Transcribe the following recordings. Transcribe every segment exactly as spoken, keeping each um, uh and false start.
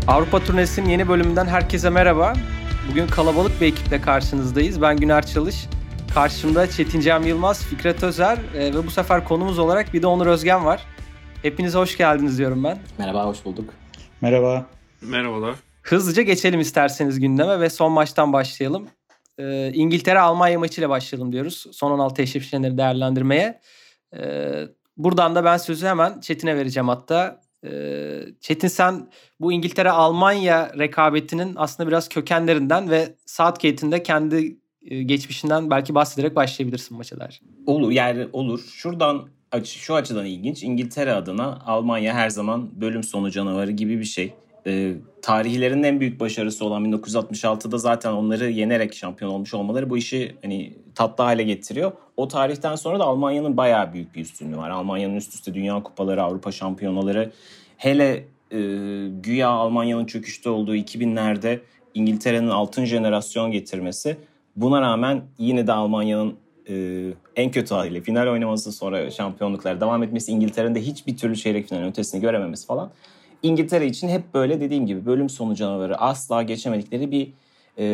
Avrupa Turnesi'nin yeni bölümünden herkese merhaba. Bugün kalabalık bir ekiple karşınızdayız. Ben Güner Çalış. Karşımda Çetin Cem Yılmaz, Fikret Özer e, ve bu sefer konumuz olarak bir de Onur Özgen var. Hepinize hoş geldiniz diyorum ben. Merhaba, hoş bulduk. Merhaba. Merhabalar. Hızlıca geçelim isterseniz gündeme ve son maçtan başlayalım. E, İngiltere-Almanya maçıyla başlayalım diyoruz. Son on altı eşleşmeleri değerlendirmeye. E, buradan da ben sözü hemen Çetin'e vereceğim hatta. Çetin, sen bu İngiltere-Almanya rekabetinin aslında biraz kökenlerinden ve Southgate'in de kendi geçmişinden belki bahsederek başlayabilirsin maça der. Olur, yani olur. Şuradan şu açıdan ilginç. İngiltere adına Almanya her zaman bölüm sonu canavarı gibi bir şey. Ee, tarihlerinin en büyük başarısı olan bin dokuz yüz altmış altıda zaten onları yenerek şampiyon olmuş olmaları bu işi hani tatlı hale getiriyor. O tarihten sonra da Almanya'nın bayağı büyük bir üstünlüğü var. Almanya'nın üst üste Dünya Kupaları, Avrupa Şampiyonaları, hele e, güya Almanya'nın çöküşte olduğu iki binlerde İngiltere'nin altın jenerasyon getirmesi, buna rağmen yine de Almanya'nın e, en kötü haliyle final oynaması, sonra şampiyonluklar devam etmesi, İngiltere'nin de hiçbir türlü çeyrek finalin ötesini görememesi falan. İngiltere için hep böyle dediğim gibi bölüm sonu canavarı, asla geçemedikleri bir e,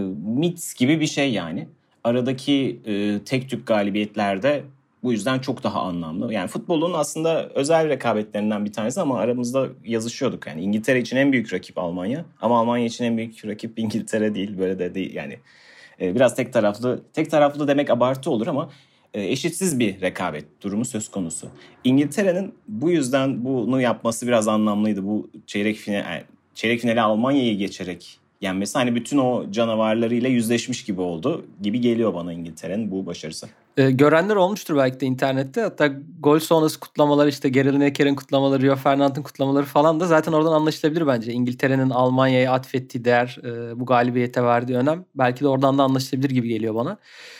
mit gibi bir şey yani. Aradaki e, tek tük galibiyetlerde bu yüzden çok daha anlamlı. Yani futbolun aslında özel rekabetlerinden bir tanesi ama aramızda yazışıyorduk. Yani İngiltere için en büyük rakip Almanya ama Almanya için en büyük rakip İngiltere değil. Böyle de değil yani. E, biraz tek taraflı, tek taraflı demek abartı olur ama eşitsiz bir rekabet durumu söz konusu. İngiltere'nin bu yüzden bunu yapması biraz anlamlıydı. Bu çeyrek final, çeyrek finale Almanya'yı geçerek yenmesi hani bütün o canavarlarıyla yüzleşmiş gibi oldu gibi geliyor bana İngiltere'nin bu başarısı. E, görenler olmuştur belki de internette. Hatta gol sonrası kutlamalar, işte Gary Lineker'in kutlamaları, Rio Ferdinand'ın kutlamaları falan da zaten oradan anlaşılabilir bence. İngiltere'nin Almanya'ya atfettiği değer, e, bu galibiyete verdiği önem belki de oradan da anlaşılabilir gibi geliyor bana.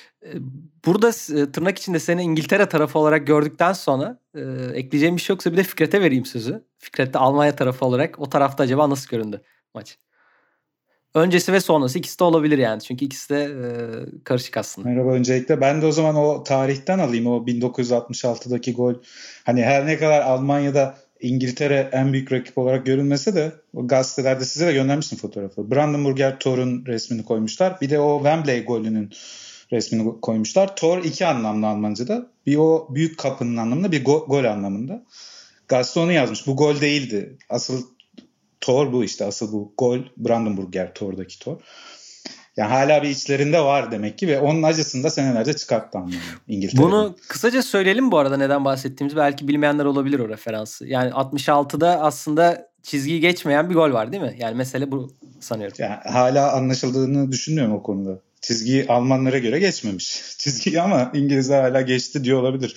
Burada tırnak içinde seni İngiltere tarafı olarak gördükten sonra e, ekleyeceğim bir şey yoksa bir de Fikret'e vereyim sözü. Fikret de Almanya tarafı olarak o tarafta acaba nasıl göründü maç? Öncesi ve sonrası ikisi de olabilir yani. Çünkü ikisi de e, karışık aslında. Merhaba öncelikle. Ben de o zaman o tarihten alayım. O bin dokuz yüz altmış altıdaki gol. Hani her ne kadar Almanya'da İngiltere en büyük rakip olarak görünmese de o gazetelerde size de göndermiştim fotoğrafı. Brandenburger Tor'un resmini koymuşlar. Bir de o Wembley golünün resmini koymuşlar. Tor iki anlamlı Almanca'da. Bir o büyük kapının anlamında, bir go- gol anlamında. Gazete onu yazmış. Bu gol değildi. Asıl Tor bu işte. Asıl bu gol Brandenburger Tor'daki Tor. Yani hala bir içlerinde var demek ki ve onun acısını da senelerce çıkarttı Almanya, İngiltere. Bunu kısaca söyleyelim bu arada neden bahsettiğimizi. Belki bilmeyenler olabilir o referansı. Yani altmış altıda aslında çizgiyi geçmeyen bir gol var değil mi? Yani mesele bu sanıyorum. Yani hala anlaşıldığını düşünmüyorum o konuda. Çizgiyi Almanlara göre geçmemiş. Çizgiyi ama İngilizler hala geçti diyor olabilir.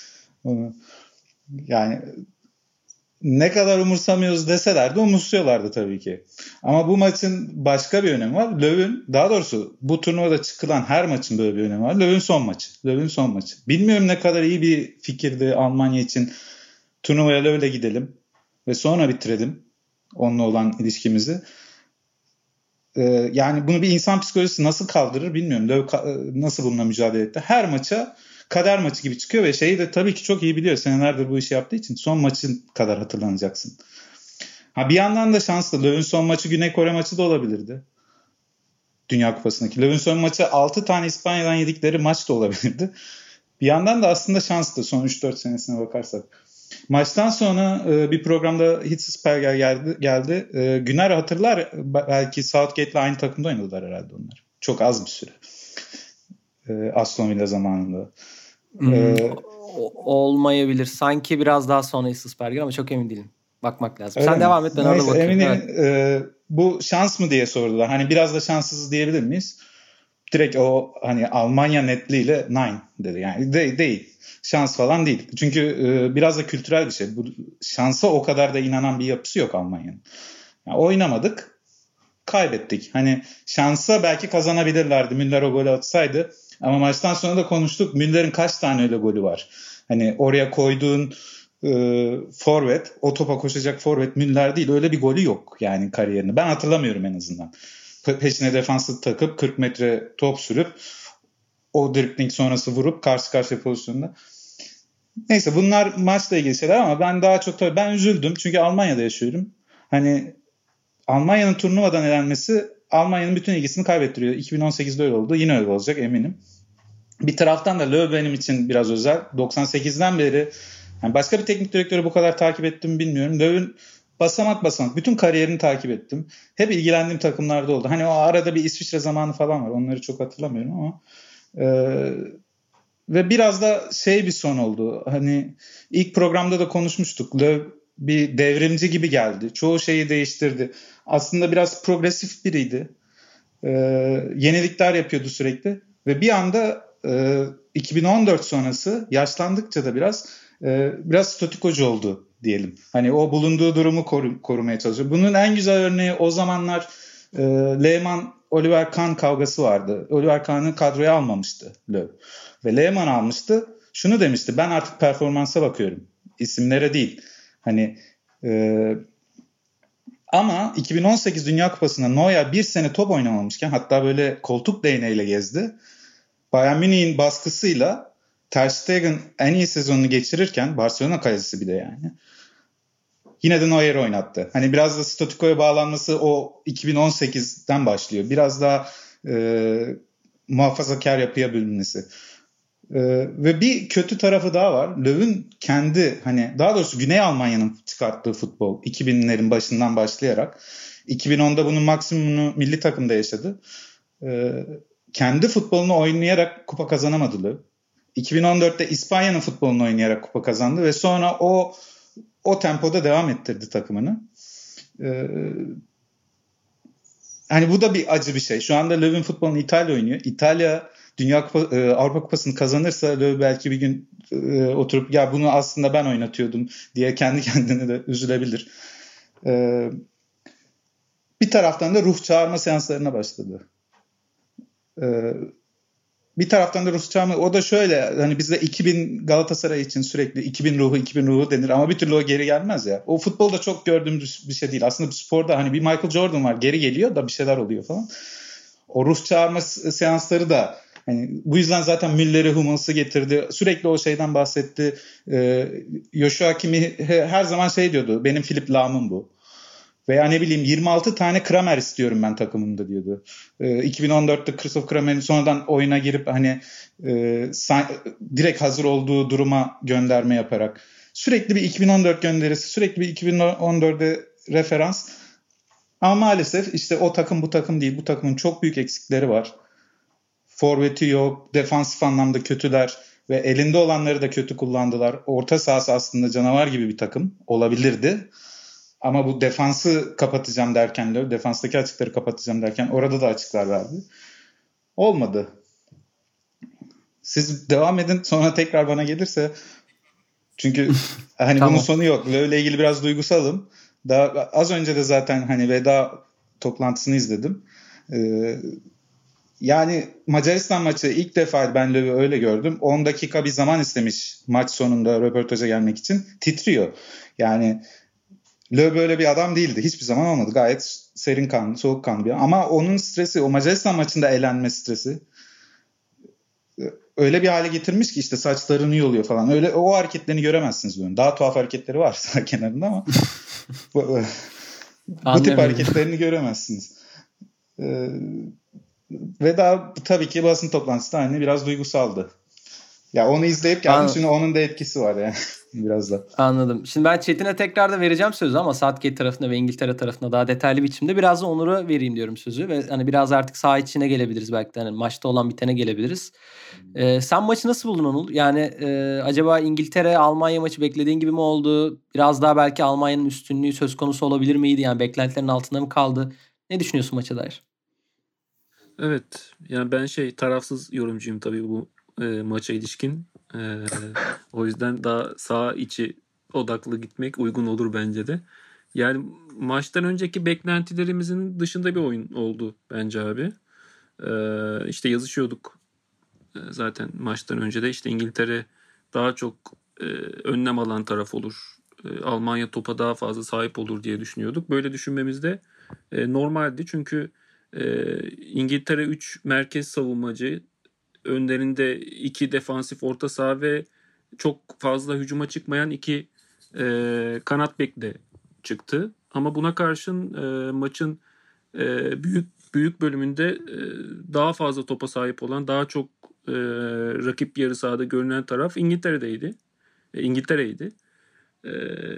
Yani ne kadar umursamıyoruz deseler de umursuyorlardı tabii ki. Ama bu maçın başka bir önemi var. Löw'ün, daha doğrusu bu turnuvada çıkılan her maçın böyle bir önemi var. Löw'ün son maçı. Löw'ün son maçı. Bilmiyorum ne kadar iyi bir fikirdi Almanya için. Turnuvaya Löw'le gidelim ve sonra bitirelim onunla olan ilişkimizi. Ee, yani bunu bir insan psikolojisi nasıl kaldırır bilmiyorum. Löw nasıl bununla mücadele etti. Her maça kader maçı gibi çıkıyor ve şeyi de tabii ki çok iyi biliyor. Senelerdir bu işi yaptığı için son maçın kadar hatırlanacaksın. Ha, bir yandan da şanslı. Löw'ün son maçı Güney Kore maçı da olabilirdi. Dünya Kupası'ndaki. Löw'ün son maçı altı tane İspanya'dan yedikleri maç da olabilirdi. Bir yandan da aslında şanslı son üç dört senesine bakarsak. Maçtan sonra e, bir programda Hitzelsperger geldi. geldi. E, Güner hatırlar, belki Southgate'le aynı takımda oynadılar herhalde onlar. Çok az bir süre. E, Aston Villa zamanında. Hmm, ee, olmayabilir. Sanki biraz daha sonra Hitzelsperger ama çok emin değilim. Bakmak lazım. Sen mi? Devam et, ben orada bakayım. Eminim, evet. e, bu şans mı diye sordular. Hani biraz da şanssız diyebilir miyiz? Direkt o hani Almanya netliğiyle nine dedi. Yani de, değil. Şans falan değil. Çünkü e, biraz da kültürel bir şey. Bu şansa o kadar da inanan bir yapısı yok Almanya'nın. Yani oynamadık, kaybettik. Hani şansa belki kazanabilirlerdi. Müller o golü atsaydı. Ama maçtan sonra da konuştuk. Müller'in kaç tane öyle golü var? Hani oraya koyduğun e, forvet, o topa koşacak forvet Müller değil. Öyle bir golü yok yani kariyerinde. Ben hatırlamıyorum en azından. Pe- peşine defansı takıp kırk metre top sürüp o dribbling sonrası vurup karşı karşıya pozisyonda. Neyse, bunlar maçla ilgili şeyler ama ben daha çok tabii ben üzüldüm. Çünkü Almanya'da yaşıyorum. Hani Almanya'nın turnuvadan elenmesi Almanya'nın bütün ilgisini kaybettiriyor. iki bin on sekizde öyle oldu. Yine öyle olacak eminim. Bir taraftan da Löw benim için biraz özel. doksan sekizden beri yani başka bir teknik direktörü bu kadar takip ettim bilmiyorum. Löw'ün basamak basamak bütün kariyerini takip ettim. Hep ilgilendiğim takımlarda oldu. Hani o arada bir İsviçre zamanı falan var. Onları çok hatırlamıyorum ama e, ve biraz da şey bir son oldu. Hani ilk programda da konuşmuştuk. Löw bir devrimci gibi geldi. Çoğu şeyi değiştirdi. Aslında biraz progresif biriydi. E, yenilikler yapıyordu sürekli. Ve bir anda e, iki bin on dört sonrası yaşlandıkça da biraz e, biraz statikocu oldu diyelim. Hani o bulunduğu durumu koru, korumaya çalışıyor. Bunun en güzel örneği o zamanlar e, Lehmann Oliver Kahn kavgası vardı. Oliver Kahn'ı kadroya almamıştı Löw. Ve Lehmann almıştı. Şunu demişti: ben artık performansa bakıyorum. İsimlere değil. Hani e, ama iki bin on sekiz Dünya Kupası'nda Neuer bir sene top oynamamışken, hatta böyle koltuk değneğiyle gezdi. Bayern Münih'in baskısıyla Ter Stegen en iyi sezonunu geçirirken, Barcelona kalecisi bir de yani, yine de Neuer'i oynattı. Hani biraz da statikoya bağlanması o iki bin on sekizden başlıyor. Biraz daha e, muhafazakar yapıya bölünmesi. E, ve bir kötü tarafı daha var. Löw'ün kendi, hani daha doğrusu Güney Almanya'nın çıkarttığı futbol iki binlerin başından başlayarak iki bin onda bunun maksimumunu milli takımda yaşadı. E, kendi futbolunu oynayarak kupa kazanamadı Löw. iki bin on dörtte İspanya'nın futbolunu oynayarak kupa kazandı ve sonra o o tempoda devam ettirdi takımını. Ee, hani bu da bir acı bir şey. Şu anda Löw'ün futbolunu İtalya oynuyor. İtalya Dünya Kupa, e, Avrupa Kupası'nı kazanırsa Löw belki bir gün e, oturup ya bunu aslında ben oynatıyordum diye kendi kendine de üzülebilir. Ee, bir taraftan da ruh çağırma seanslarına başladı. Ee, Bir taraftan da Rus çağırma, o da şöyle, hani bizde iki bin Galatasaray için sürekli iki bin ruhu iki bin ruhu denir ama bir türlü o geri gelmez ya. O futbolda çok gördüğümüz bir şey değil. Aslında bir sporda hani bir Michael Jordan var, geri geliyor da bir şeyler oluyor falan. O ruh çağırma seansları da hani bu yüzden zaten Müller'i, Hummels'ı getirdi. Sürekli o şeyden bahsetti. Ee, Joshua Kimmich her zaman şey diyordu: benim Philipp Lahm'ım bu. Veya ne bileyim yirmi altı tane Kramer istiyorum ben takımımda diyordu. Ee, iki bin on dörtte Christoph Kramer'in sonradan oyuna girip hani e, san, direkt hazır olduğu duruma gönderme yaparak sürekli bir iki bin on dört gönderisi, sürekli bir iki bin on dörde referans. Ama maalesef işte o takım bu takım değil. Bu takımın çok büyük eksikleri var. Forveti yok, defansif anlamda kötüler ve elinde olanları da kötü kullandılar. Orta sahası aslında canavar gibi bir takım olabilirdi. Ama bu defansı kapatacağım derken de, defanstaki açıkları kapatacağım derken orada da açıklar verdi. Olmadı. Siz devam edin, sonra tekrar bana gelirse. Çünkü hani Tamam. bunun sonu yok. Löw'le ilgili biraz duygusalım. Daha az önce de zaten hani veda toplantısını izledim. Ee, yani Macaristan maçı ilk defa ben Löw'ü öyle gördüm. on dakika bir zaman istemiş maç sonunda röportaja gelmek için. Titriyor. Yani Löw böyle bir adam değildi. Hiçbir zaman olmadı. Gayet serin kanlı, soğukkanlı bir adam. Ama onun stresi, o Macaristan maçında elenme stresi öyle bir hale getirmiş ki işte saçlarını yoluyor falan. Öyle o hareketlerini göremezsiniz Löw'ün. Daha tuhaf hareketleri var sağ kenarında ama bu, bu tip hareketlerini göremezsiniz. Ee, ve daha tabii ki basın toplantısı da hani biraz duygusaldı. Ya onu izleyip geldim. An- Şimdi onun da etkisi var yani. Biraz da. Anladım. Şimdi ben Çetin'e tekrar da vereceğim sözü ama Southgate tarafına ve İngiltere tarafına daha detaylı biçimde biraz da Onur'a vereyim diyorum sözü ve hani biraz artık saha içine gelebiliriz belki de, hani maçta olan bitene gelebiliriz. Ee, sen maçı nasıl buldun Onur? Yani e, acaba İngiltere Almanya maçı beklediğin gibi mi oldu? Biraz daha belki Almanya'nın üstünlüğü söz konusu olabilir miydi? Yani beklentilerin altında mı kaldı? Ne düşünüyorsun maça dair? Evet, yani ben şey tarafsız yorumcuyum tabii bu e, maça ilişkin. E, o yüzden daha saha içi odaklı gitmek uygun olur bence de. Yani maçtan önceki beklentilerimizin dışında bir oyun oldu bence abi. E, işte yazışıyorduk e, zaten maçtan önce de, işte İngiltere daha çok e, önlem alan taraf olur. E, Almanya topa daha fazla sahip olur diye düşünüyorduk. Böyle düşünmemiz de e, normaldi çünkü Ee, İngiltere üç merkez savunmacı, önlerinde iki defansif orta saha ve çok fazla hücuma çıkmayan iki e, kanat bekle çıktı. Ama buna karşın e, maçın e, büyük büyük bölümünde e, daha fazla topa sahip olan, daha çok e, rakip yarı sahada görünen taraf İngiltere'deydi. E, İngiltere'ydi. E,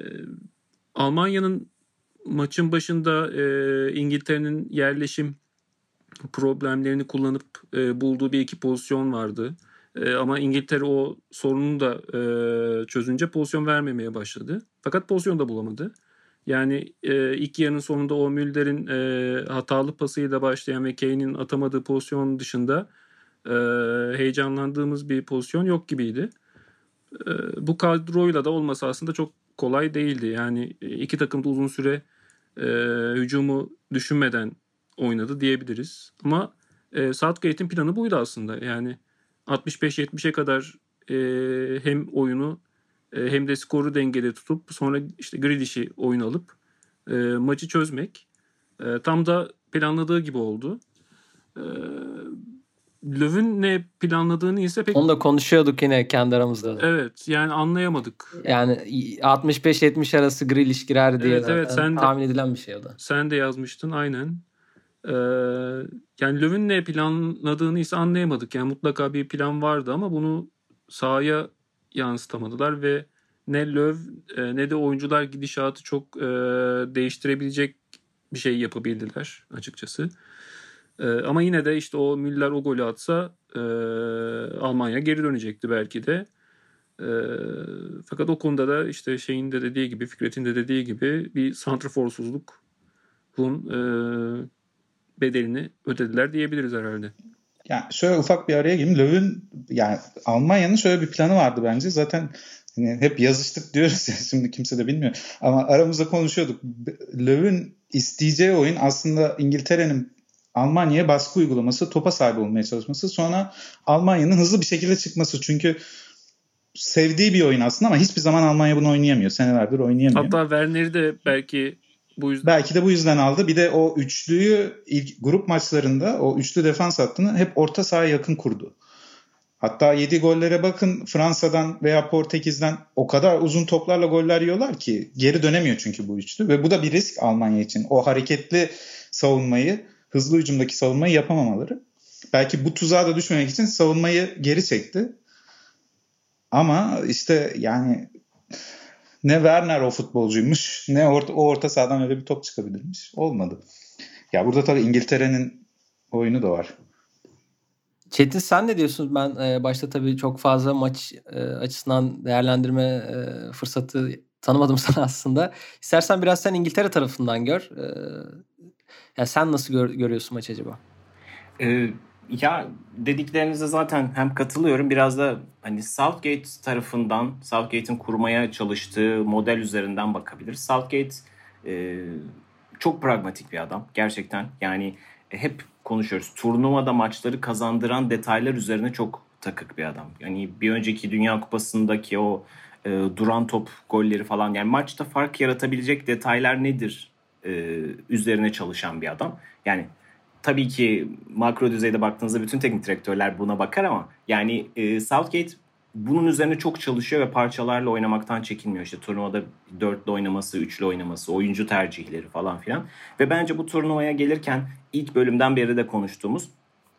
Almanya'nın maçın başında e, İngiltere'nin yerleşim problemlerini kullanıp e, bulduğu bir iki pozisyon vardı. E, ama İngiltere o sorunu da e, çözünce pozisyon vermemeye başladı. Fakat pozisyon da bulamadı. Yani e, ilk yarının sonunda o Müller'in e, hatalı pasıyla başlayan ve Kane'in atamadığı pozisyon dışında e, heyecanlandığımız bir pozisyon yok gibiydi. E, bu kadroyla da olması aslında çok kolay değildi. Yani iki takım da uzun süre e, hücumu düşünmeden oynadı diyebiliriz. Ama e, Southgate'in planı buydu aslında. Yani altmış beş yetmişe kadar e, hem oyunu e, hem de skoru dengede tutup sonra işte Grealish'i oyun alıp e, maçı çözmek. E, tam da planladığı gibi oldu. E, Löw'ün ne planladığını ise pek... Onu da konuşuyorduk yine kendi aramızda. Evet, yani anlayamadık. Yani altmış beş yetmiş arası Grealish girer diye evet, evet, sen tahmin de, edilen bir şey o da. Sen de yazmıştın aynen. Ee, yani Löw'ün ne planladığını ise anlayamadık. Yani mutlaka bir plan vardı ama bunu sahaya yansıtamadılar ve ne Löw e, ne de oyuncular gidişatı çok e, değiştirebilecek bir şey yapabildiler açıkçası. E, ama yine de işte o Müller o golü atsa e, Almanya geri dönecekti belki de. E, fakat o konuda da işte şeyin de dediği gibi, Fikret'in de dediği gibi bir santraforsuzluk bunun e, bedelini ödediler diyebiliriz herhalde. Yani şöyle ufak bir araya gireyim. Löw'ün yani Almanya'nın şöyle bir planı vardı bence. Zaten hani hep yazıştık diyoruz ya, şimdi kimse de bilmiyor. Ama aramızda konuşuyorduk. Löw'ün isteyeceği oyun aslında İngiltere'nin Almanya'ya baskı uygulaması, topa sahip olmaya çalışması, sonra Almanya'nın hızlı bir şekilde çıkması. Çünkü sevdiği bir oyun aslında ama hiçbir zaman Almanya bunu oynayamıyor. Senelerdir oynayamıyor. Hatta Werner'i de belki bu yüzden... Belki de bu yüzden aldı. Bir de o üçlüyü ilk grup maçlarında, o üçlü defans hattını hep orta sahaya yakın kurdu. Hatta yediği gollere bakın, Fransa'dan veya Portekiz'den o kadar uzun toplarla goller yiyorlar ki geri dönemiyor çünkü bu üçlü. Ve bu da bir risk Almanya için. O hareketli savunmayı, hızlı hücumdaki savunmayı yapamamaları. Belki bu tuzağa da düşmemek için savunmayı geri çekti. Ama işte yani ne Werner o futbolcuymuş, ne orta, o orta sahadan öyle bir top çıkabilirmiş. Olmadı. Ya burada tabii İngiltere'nin oyunu da var. Çetin, sen ne diyorsun? Ben e, başta tabii çok fazla maç e, açısından değerlendirme e, fırsatı tanımadım sana aslında. İstersen biraz sen İngiltere tarafından gör. E, yani sen nasıl gör, görüyorsun maçı acaba? Ee, ya dediklerinize zaten hem katılıyorum, biraz da hani Southgate tarafından, Southgate'in kurmaya çalıştığı model üzerinden bakabiliriz. Southgate e, çok pragmatik bir adam gerçekten. Yani e, hep konuşuyoruz. Turnuvada maçları kazandıran detaylar üzerine çok takık bir adam. Yani bir önceki Dünya Kupası'ndaki o e, duran top golleri falan, yani maçta fark yaratabilecek detaylar nedir e, üzerine çalışan bir adam. Yani tabii ki makro düzeyde baktığınızda bütün teknik direktörler buna bakar ama yani e, Southgate bunun üzerine çok çalışıyor ve parçalarla oynamaktan çekinmiyor. İşte turnuvada dörtlü oynaması, üçlü oynaması, oyuncu tercihleri falan filan. Ve bence bu turnuvaya gelirken ilk bölümden beri de konuştuğumuz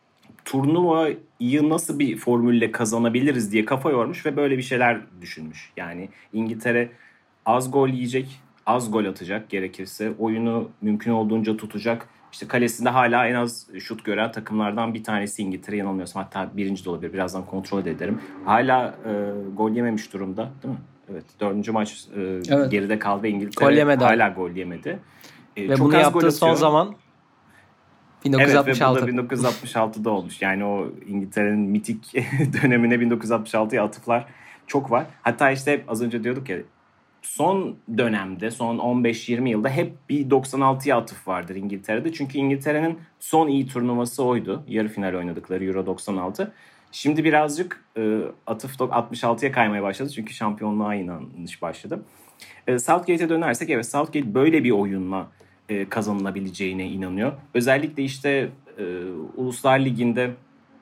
turnuvayı nasıl bir formülle kazanabiliriz diye kafa yormuş ve böyle bir şeyler düşünmüş. Yani İngiltere az gol yiyecek, az gol atacak gerekirse, oyunu mümkün olduğunca tutacak. İşte kalesinde hala en az şut gören takımlardan bir tanesi İngiltere, yanılmıyorsam. Hatta birinci de olabilir. Birazdan kontrol ederim. Hala e, gol yememiş durumda, değil mi? Evet. Dördüncü maç e, evet. geride kaldı ve İngiltere gol hala gol yemedi. E, ve çok bunu yaptığı son zaman bin dokuz yüz altmış altı. Evet, ve bu da bin dokuz yüz altmış altıda olmuş. Yani o İngiltere'nin mitik dönemine bin dokuz yüz altmış altıya atıflar çok var. Hatta işte az önce diyorduk ya, son dönemde, son on beş yirmi yılda hep bir doksan altıya atıf vardır İngiltere'de. Çünkü İngiltere'nin son iyi turnuvası oydu. Yarı final oynadıkları Euro doksan altı. Şimdi birazcık e, atıf altmış altıya kaymaya başladı. Çünkü şampiyonluğa inanış başladı. E, Southgate'e dönersek, evet, Southgate böyle bir oyunla e, kazanılabileceğine inanıyor. Özellikle işte e, Uluslar Ligi'nde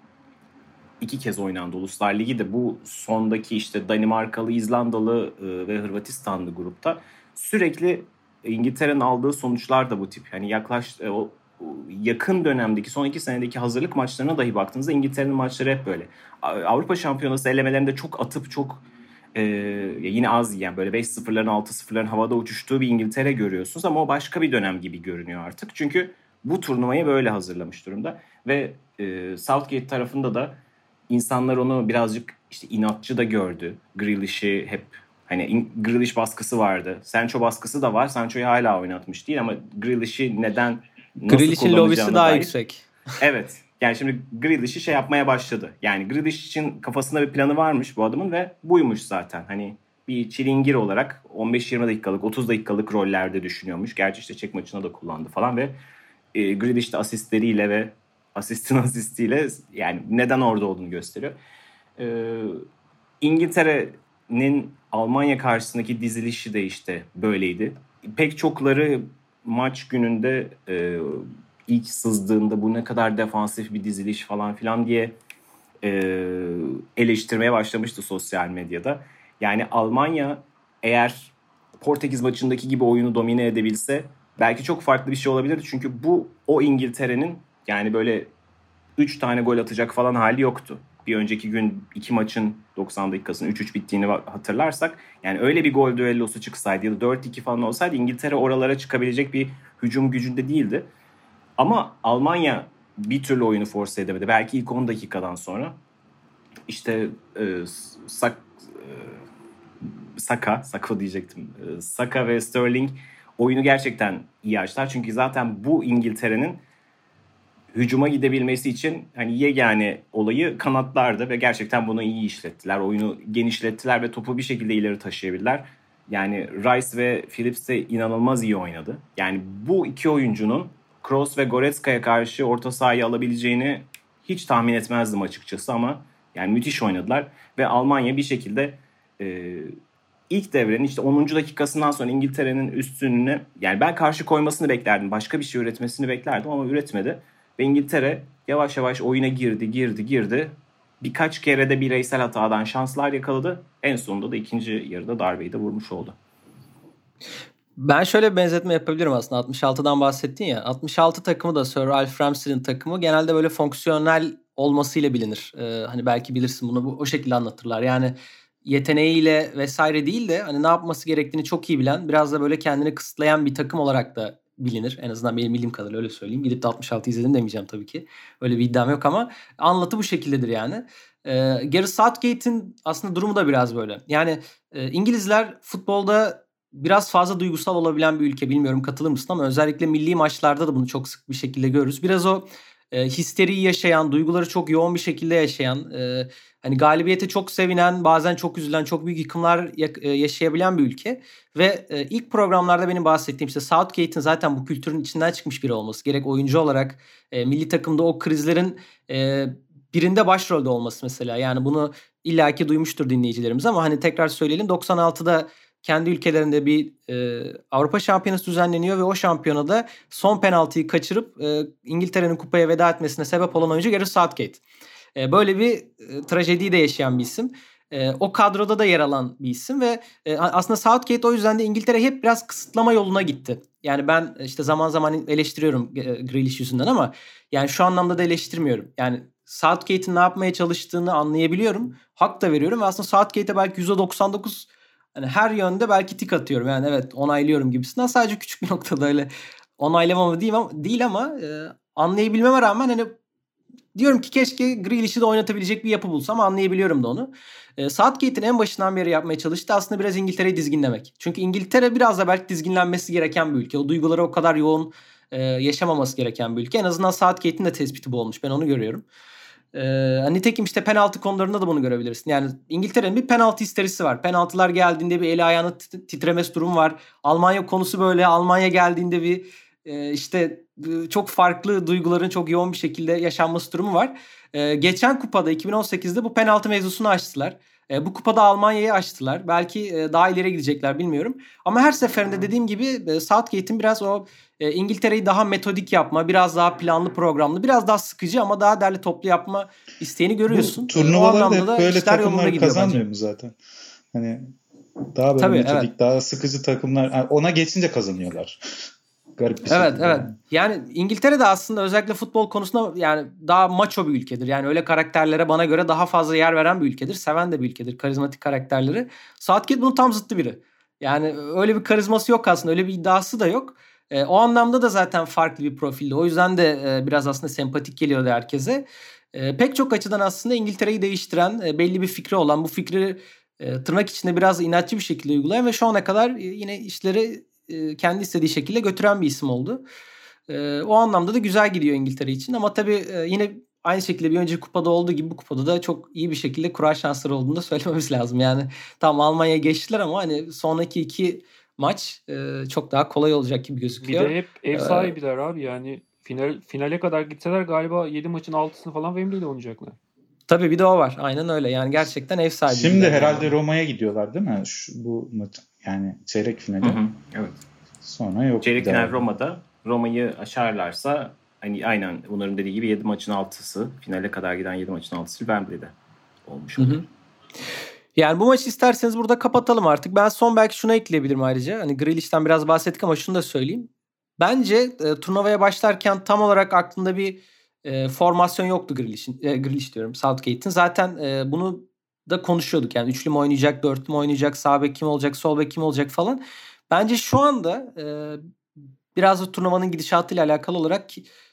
iki kez oynandı Uluslar Ligi de, bu sondaki işte Danimarkalı, İzlandalı e, ve Hırvatistanlı grupta sürekli İngiltere'nin aldığı sonuçlar da bu tip. Yani yaklaş o yakın dönemdeki son iki senedeki hazırlık maçlarına dahi baktığınızda İngiltere'nin maçları hep böyle. Avrupa Şampiyonası elemelerinde çok atıp çok e, yine az yiyen böyle beş sıfırların altı sıfırların havada uçuştuğu bir İngiltere görüyorsunuz ama o başka bir dönem gibi görünüyor artık. Çünkü bu turnuvayı böyle hazırlamış durumda ve e, Southgate tarafında da insanlar onu birazcık işte inatçı da gördü. Grealish'i hep hani Grealish baskısı vardı. Sancho baskısı da var. Sancho'yu hala oynatmış değil ama Grealish'i neden Grealish'in lobisi daha dair. Yüksek. Evet. Yani şimdi Grealish'i şey yapmaya başladı. Yani Grealish için kafasında bir planı varmış bu adamın ve buymuş zaten. Hani bir çilingir olarak on beş yirmi dakikalık, otuz dakikalık rollerde düşünüyormuş. Gerçi işte Çek maçına da kullandı falan ve e, Grealish de asistleriyle ve asistin asistiyle yani neden orada olduğunu gösteriyor. Ee, İngiltere'nin Almanya karşısındaki dizilişi de işte böyleydi. Pek çokları maç gününde e, ilk sızdığında bu ne kadar defansif bir diziliş falan filan diye e, eleştirmeye başlamıştı sosyal medyada. Yani Almanya eğer Portekiz maçındaki gibi oyunu domine edebilse belki çok farklı bir şey olabilirdi. Çünkü bu o İngiltere'nin yani böyle üç tane gol atacak falan hali yoktu. Bir önceki gün iki maçın doksan dakikasının üç üç bittiğini hatırlarsak yani öyle bir gol düellosu çıksaydı ya da dört iki falan olsaydı İngiltere oralara çıkabilecek bir hücum gücünde değildi. Ama Almanya bir türlü oyunu force edemedi. Belki ilk on dakikadan sonra işte e, Sak, e, Saka, Saka diyecektim. E, Saka ve Sterling oyunu gerçekten iyi açtılar. Çünkü zaten bu İngiltere'nin hücuma gidebilmesi için hani yegane olayı kanatlardı ve gerçekten bunu iyi işlettiler. Oyunu genişlettiler ve topu bir şekilde ileri taşıyabildiler. Yani Rice ve Phillips de inanılmaz iyi oynadı. Yani bu iki oyuncunun Kroos ve Goretzka'ya karşı orta sahayı alabileceğini hiç tahmin etmezdim açıkçası ama yani müthiş oynadılar ve Almanya bir şekilde e, ilk devrenin işte onuncu dakikasından sonra İngiltere'nin üstünlüğüne yani ben karşı koymasını beklerdim. Başka bir şey üretmesini beklerdim ama üretmedi. Ve İngiltere yavaş yavaş oyuna girdi, girdi, girdi. Birkaç kere de bireysel hatadan şanslar yakaladı. En sonunda da ikinci yarıda darbeyi de vurmuş oldu. Ben şöyle bir benzetme yapabilirim aslında. altmış altıdan bahsettin ya. altmış altı takımı da Sir Alf Ramsey'nin takımı genelde böyle fonksiyonel olmasıyla bilinir. Ee, hani belki bilirsin bunu bu, o şekilde anlatırlar. Yani yeteneğiyle vesaire değil de hani ne yapması gerektiğini çok iyi bilen, biraz da böyle kendini kısıtlayan bir takım olarak da bilinir. En azından benim bildiğim kadarıyla öyle söyleyeyim. Gidip de altmış altı izledim demeyeceğim tabii ki. Öyle bir iddiam yok ama anlatı bu şekildedir yani. Ee, Gareth Southgate'in aslında durumu da biraz böyle. Yani e, İngilizler futbolda biraz fazla duygusal olabilen bir ülke. Bilmiyorum katılır mısın ama özellikle milli maçlarda da bunu çok sık bir şekilde görürüz. Biraz o e, histeriyi yaşayan, duyguları çok yoğun bir şekilde yaşayan, e, hani galibiyete çok sevinen, bazen çok üzülen, çok büyük yıkımlar yaşayabilen bir ülke. Ve e, ilk programlarda benim bahsettiğim işte Southgate'in zaten bu kültürün içinden çıkmış biri olması. Gerek oyuncu olarak e, milli takımda o krizlerin e, birinde başrolde olması mesela. Yani bunu illaki duymuştur dinleyicilerimiz ama hani tekrar söyleyelim, doksan altıda kendi ülkelerinde bir e, Avrupa Şampiyonası düzenleniyor ve o şampiyonada son penaltıyı kaçırıp e, İngiltere'nin kupaya veda etmesine sebep olan oyuncu Gareth Southgate. E, böyle bir e, trajediyi de yaşayan bir isim. E, o kadroda da yer alan bir isim ve e, aslında Southgate o yüzden de İngiltere hep biraz kısıtlama yoluna gitti. Yani ben işte zaman zaman eleştiriyorum e, Grealish yüzünden ama yani şu anlamda da eleştirmiyorum. Yani Southgate'in ne yapmaya çalıştığını anlayabiliyorum. Hak da veriyorum ve aslında Southgate'e belki yüzde doksan dokuz hani her yönde belki tik atıyorum. Yani evet onaylıyorum gibisinden. Sadece küçük bir noktada öyle onaylamama değil ama, değil ama e, anlayabilmeme rağmen hani diyorum ki keşke Grealish'i de oynatabilecek bir yapı bulsam, anlayabiliyorum da onu. E, Southgate'in en başından beri yapmaya çalıştığı aslında biraz İngiltere'yi dizginlemek. Çünkü İngiltere biraz da belki dizginlenmesi gereken bir ülke. O duyguları o kadar yoğun e, yaşamaması gereken bir ülke. En azından Southgate'in de tespiti bu olmuş. Ben onu görüyorum. Ee, nitekim işte penaltı konularında da bunu görebilirsin. Yani İngiltere'nin bir penaltı histerisi var. Penaltılar geldiğinde bir eli ayağını titremesi durumu var. Almanya konusu böyle. Almanya geldiğinde bir e, işte çok farklı duyguların çok yoğun bir şekilde yaşanması durumu var. Ee, geçen kupada iki bin on sekizde bu penaltı mevzusunu açtılar. E, bu kupada Almanya'yı açtılar. Belki e, daha ileri gidecekler bilmiyorum. Ama her seferinde dediğim gibi e, Southgate'in biraz o e, İngiltere'yi daha metodik yapma, biraz daha planlı programlı, biraz daha sıkıcı ama daha derli toplu yapma isteğini görüyorsun. Bu turnuvalarda hep böyle takımlar kazanmıyor mu zaten? Hani Daha böyle Tabii, metodik, evet. daha sıkıcı takımlar. Yani ona geçince kazanıyorlar. Garip bir Evet, şekilde. evet. Yani. Yani İngiltere de aslında özellikle futbol konusunda yani daha maço bir ülkedir. Yani öyle karakterlere bana göre daha fazla yer veren bir ülkedir. Seven de bir ülkedir karizmatik karakterleri. Southgate bunun tam zıttı biri. Yani öyle bir karizması yok aslında. Öyle bir iddiası da yok. E, o anlamda da zaten farklı bir profilde. O yüzden de e, biraz aslında sempatik geliyordu herkese. E, pek çok açıdan aslında İngiltere'yi değiştiren, e, belli bir fikri olan, bu fikri e, tırnak içinde biraz inatçı bir şekilde uygulayan ve şu ana kadar e, yine işleri e, kendi istediği şekilde götüren bir isim oldu. E, o anlamda da güzel gidiyor İngiltere için ama tabii e, yine aynı şekilde bir önceki kupada olduğu gibi bu kupada da çok iyi bir şekilde kura şansları olduğunu da söylememiz lazım. Yani tam Almanya'ya geçtiler ama hani sonraki iki maç e, çok daha kolay olacak gibi Bir gözüküyor. de hep ev E, sahibiler abi yani final finale kadar gitseler galiba yedi maçın altısını falan Wembley'de oynayacaklar. tabii bir de o var. Aynen öyle. Yani gerçekten ev sahibi. Şimdi herhalde Roma'ya gidiyorlar değil mi? Şu, bu maç yani çeyrek finali. Hı hı, evet. Sonra yok. Çeyrek final Roma'da. Roma'yı aşarlarsa hani aynen bunların dediği gibi yedi maçın altısı, finale kadar giden yedi maçın altısı Wembley'de olmuş olur. Hı hı. Yani bu maçı isterseniz burada kapatalım artık. Ben son belki şunu ekleyebilirim ayrıca. Hani Grealish'ten biraz bahsettik ama şunu da söyleyeyim. Bence e, turnuvaya başlarken tam olarak aklında bir e, formasyon yoktu Grealish'in. E, Grealish diyorum, Southgate'in. Zaten e, bunu da konuşuyorduk. Yani üçlü mü oynayacak, dörtlü mü oynayacak, sağ bek kim olacak, sol bek kim olacak falan. Bence şu anda e, biraz da turnuvanın gidişatıyla alakalı olarak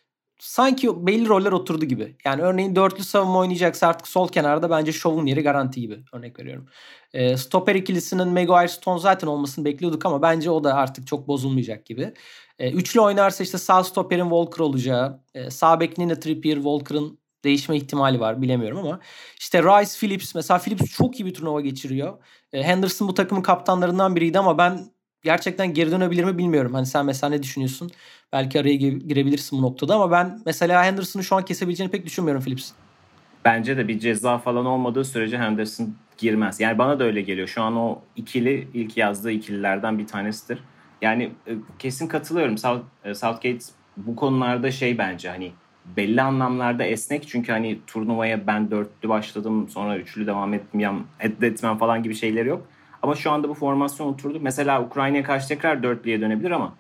sanki belli roller oturdu gibi. Yani örneğin dörtlü savunma oynayacaksa artık sol kenarda bence Shaw'un yeri garanti gibi. Örnek veriyorum. E, stoper ikilisinin Maguire Stone zaten olmasını bekliyorduk ama bence o da artık çok bozulmayacak gibi. E, üçlü oynarsa işte sağ stoperin Walker olacağı, e, sağ bekinin de Trippier, Walker'ın değişme ihtimali var bilemiyorum ama işte Rice, Phillips mesela Phillips çok iyi bir turnuva geçiriyor. E, Henderson bu takımın kaptanlarından biriydi ama ben gerçekten geri dönebilir mi bilmiyorum. Hani sen mesela ne düşünüyorsun? Belki araya girebilirsin bu noktada ama ben mesela Henderson'ı şu an kesebileceğini pek düşünmüyorum Phillips. Bence de bir ceza falan olmadığı sürece Henderson girmez. Yani bana da öyle geliyor. Şu an o ikili ilk yazdığı ikililerden bir tanesidir. Yani kesin katılıyorum. Southgate bu konularda şey bence hani belli anlamlarda esnek. Çünkü hani turnuvaya ben dörtlü başladım sonra üçlü devam etmem, etmem falan gibi şeyleri yok. Ama şu anda bu formasyon oturdu. Mesela Ukrayna'ya karşı tekrar dörtlüye dönebilir ama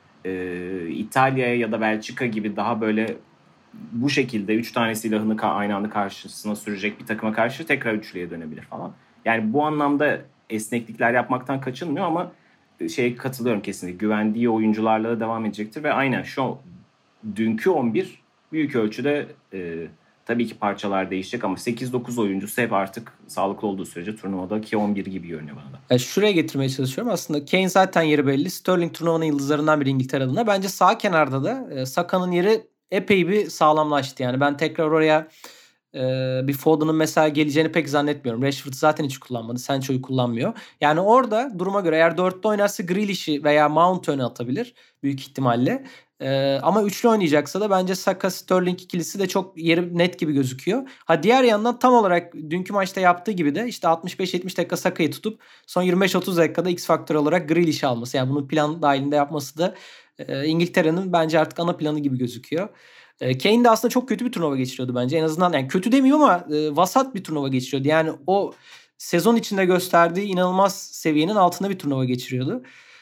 e, İtalya'ya ya da Belçika gibi daha böyle bu şekilde üç tane silahını aynı anda karşısına sürecek bir takıma karşı tekrar üçlüye dönebilir falan. Yani bu anlamda esneklikler yapmaktan kaçınmıyor ama şeye katılıyorum kesinlikle. Güvendiği oyuncularla da devam edecektir ve aynen şu dünkü on bir büyük ölçüde e, tabii ki parçalar değişecek ama sekiz dokuz oyuncusu hep artık sağlıklı olduğu sürece turnuvadaki on bir gibi görünüyor bana da. Yani şuraya getirmeye çalışıyorum. Aslında Kane zaten yeri belli. Sterling turnuvanın yıldızlarından biri İngiltere adına. Bence sağ kenarda da e, Saka'nın yeri epey bir sağlamlaştı. Yani ben tekrar oraya e, bir Foden'ın mesela geleceğini pek zannetmiyorum. Rashford zaten hiç kullanmadı. Sancho'yu kullanmıyor. Yani orada duruma göre eğer dörtlü oynarsa Grealish'i veya Mount öne atabilir. Büyük ihtimalle. Ee, ama üçlü oynayacaksa da bence Saka Sterling ikilisi de çok yeri net gibi gözüküyor. Ha diğer yandan tam olarak dünkü maçta yaptığı gibi de işte altmış beş yetmiş dakika Saka'yı tutup son yirmi beş otuz dakikada X faktör olarak Grealish'i alması. Yani bunu plan dahilinde yapması da e, İngiltere'nin bence artık ana planı gibi gözüküyor. E, Kane de aslında çok kötü bir turnuva geçiriyordu bence. En azından yani kötü demiyorum ama e, vasat bir turnuva geçiriyordu. Yani o sezon içinde gösterdiği inanılmaz seviyenin altında bir turnuva geçiriyordu.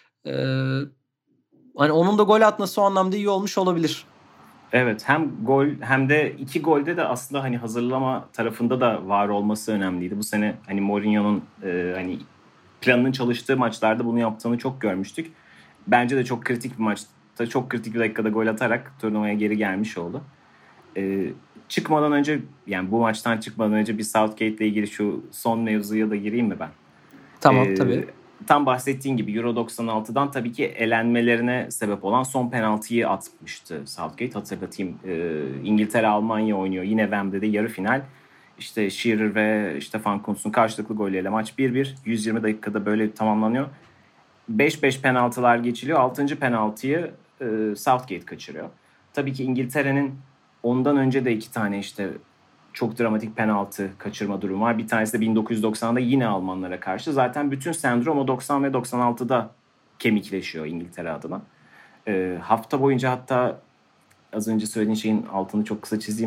Eee Hani onun da gol atması o anlamda iyi olmuş olabilir. Evet, hem gol hem de iki golde de aslında hani hazırlama tarafında da var olması önemliydi. Bu sene hani Mourinho'nun e, hani planının çalıştığı maçlarda bunu yaptığını çok görmüştük. Bence de çok kritik bir maçta, çok kritik bir dakikada gol atarak turnuvaya geri gelmiş oldu. E, çıkmadan önce yani bu maçtan çıkmadan önce bir Southgate ile ilgili şu son mevzuya da gireyim mi ben? Tamam e, tabii. Tam bahsettiğin gibi Euro doksan altıdan tabii ki elenmelerine sebep olan son penaltıyı atmıştı Southgate. Hatırlatayım, e, İngiltere Almanya oynuyor yine Wembley'de yarı final. İşte Shearer ve Stefan Kuntz'un karşılıklı golleriyle maç bir bir. yüz yirmi dakikada böyle tamamlanıyor. beş beş penaltılar geçiliyor. altıncı penaltıyı e, Southgate kaçırıyor. Tabii ki İngiltere'nin ondan önce de iki tane işte çok dramatik penaltı kaçırma durumu var. Bir tanesi de bin dokuz yüz doksanda yine Almanlara karşı. Zaten bütün sendrom o doksan ve doksan altıda kemikleşiyor İngiltere adına. E, hafta boyunca hatta az önce söylediğin şeyin altını çok kısa çizeyim.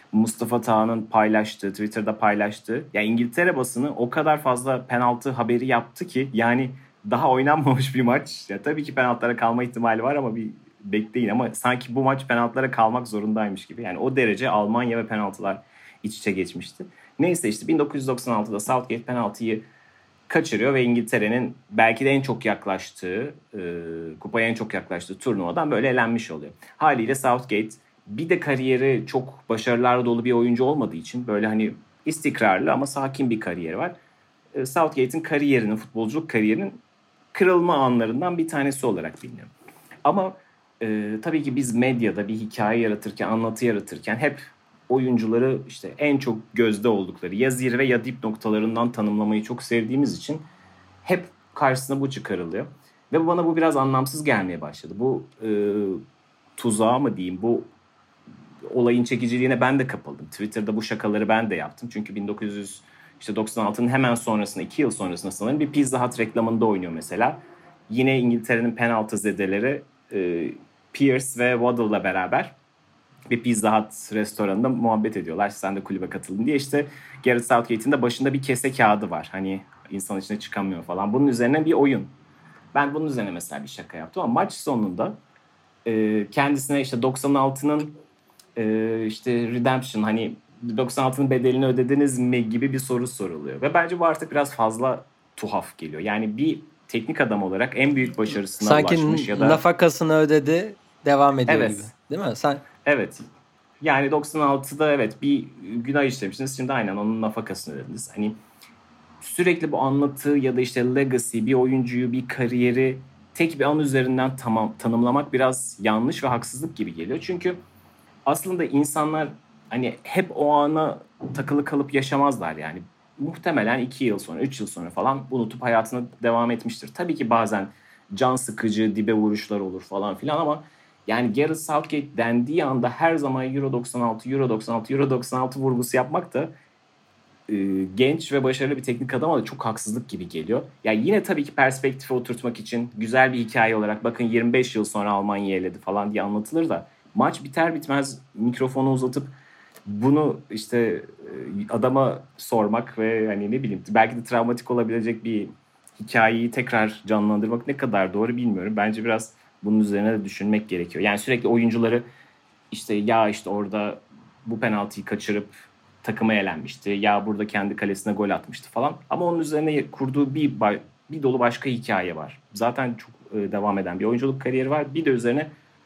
Mustafa Tağ'ın paylaştığı, Twitter'da paylaştığı. Ya İngiltere basını o kadar fazla penaltı haberi yaptı ki yani daha oynanmamış bir maç. Ya tabii ki penaltılara kalma ihtimali var ama bir bekleyin, ama sanki bu maç penaltılara kalmak zorundaymış gibi. Yani o derece Almanya ve penaltılar iç içe geçmişti. Neyse işte bin dokuz yüz doksan altıda Southgate penaltıyı kaçırıyor ve İngiltere'nin belki de en çok yaklaştığı, e, kupaya en çok yaklaştığı turnuvadan böyle elenmiş oluyor. Haliyle Southgate bir de kariyeri çok başarılarla dolu bir oyuncu olmadığı için böyle hani istikrarlı ama sakin bir kariyeri var. E, Southgate'in kariyerinin, futbolculuk kariyerinin kırılma anlarından bir tanesi olarak biliniyor. Ama e, tabii ki biz medyada bir hikaye yaratırken, anlatı yaratırken hep oyuncuları işte en çok gözde oldukları ya zirve ya dip noktalarından tanımlamayı çok sevdiğimiz için hep karşısına bu çıkarılıyor. Ve bana bu biraz anlamsız gelmeye başladı. Bu e, tuzağa mı diyeyim, bu olayın çekiciliğine ben de kapıldım. Twitter'da bu şakaları ben de yaptım. Çünkü bin dokuz yüz doksan altının hemen sonrasında, iki yıl sonrasında sanırım bir Pizza Hut reklamında oynuyor mesela. Yine İngiltere'nin penaltı zedeleri e, Pierce ve Waddle'la beraber bir Pizza Hut restoranında muhabbet ediyorlar. Sen de kulübe katıldın diye. İşte Gareth Southgate'in de başında bir kese kağıdı var. Hani insan içine çıkamıyor falan. Bunun üzerine bir oyun. Ben bunun üzerine mesela bir şaka yaptım ama maç sonunda e, kendisine işte doksan altının e, işte redemption, hani doksan altının bedelini ödediniz mi gibi bir soru soruluyor. Ve bence bu artık biraz fazla tuhaf geliyor. Yani bir teknik adam olarak en büyük başarısına Sanki ulaşmış ya da... nafakasını ödedi, devam ediyor evet. gibi. Değil mi? Sen... Evet. Yani doksan altıda evet bir günah işlemişsiniz. Şimdi aynen onun nafakasını ödediniz. Hani sürekli bu anlatı ya da işte legacy, bir oyuncuyu, bir kariyeri tek bir an üzerinden tamam tanımlamak biraz yanlış ve haksızlık gibi geliyor. Çünkü aslında insanlar hani hep o ana takılı kalıp yaşamazlar yani. Muhtemelen iki yıl sonra, üç yıl sonra falan unutup hayatına devam etmiştir. Tabii ki bazen can sıkıcı, dibe vuruşlar olur falan filan ama yani Gareth Southgate dendiği anda her zaman Euro doksan altı, Euro doksan altı, Euro doksan altı vurgusu yapmak da e, genç ve başarılı bir teknik adama da çok haksızlık gibi geliyor. Yani yine tabii ki perspektife oturtmak için güzel bir hikaye olarak bakın yirmi beş yıl sonra Almanya'yı eledi falan diye anlatılır da maç biter bitmez mikrofonu uzatıp bunu işte adama sormak ve hani ne bileyim belki de travmatik olabilecek bir hikayeyi tekrar canlandırmak ne kadar doğru bilmiyorum. Bence biraz bunun üzerine de düşünmek gerekiyor. Yani sürekli oyuncuları işte ya işte orada bu penaltıyı kaçırıp takıma elenmişti. Ya burada kendi kalesine gol atmıştı falan. Ama onun üzerine kurduğu bir bir dolu başka hikaye var. Zaten çok devam eden bir oyunculuk kariyeri var. Bir de üzerine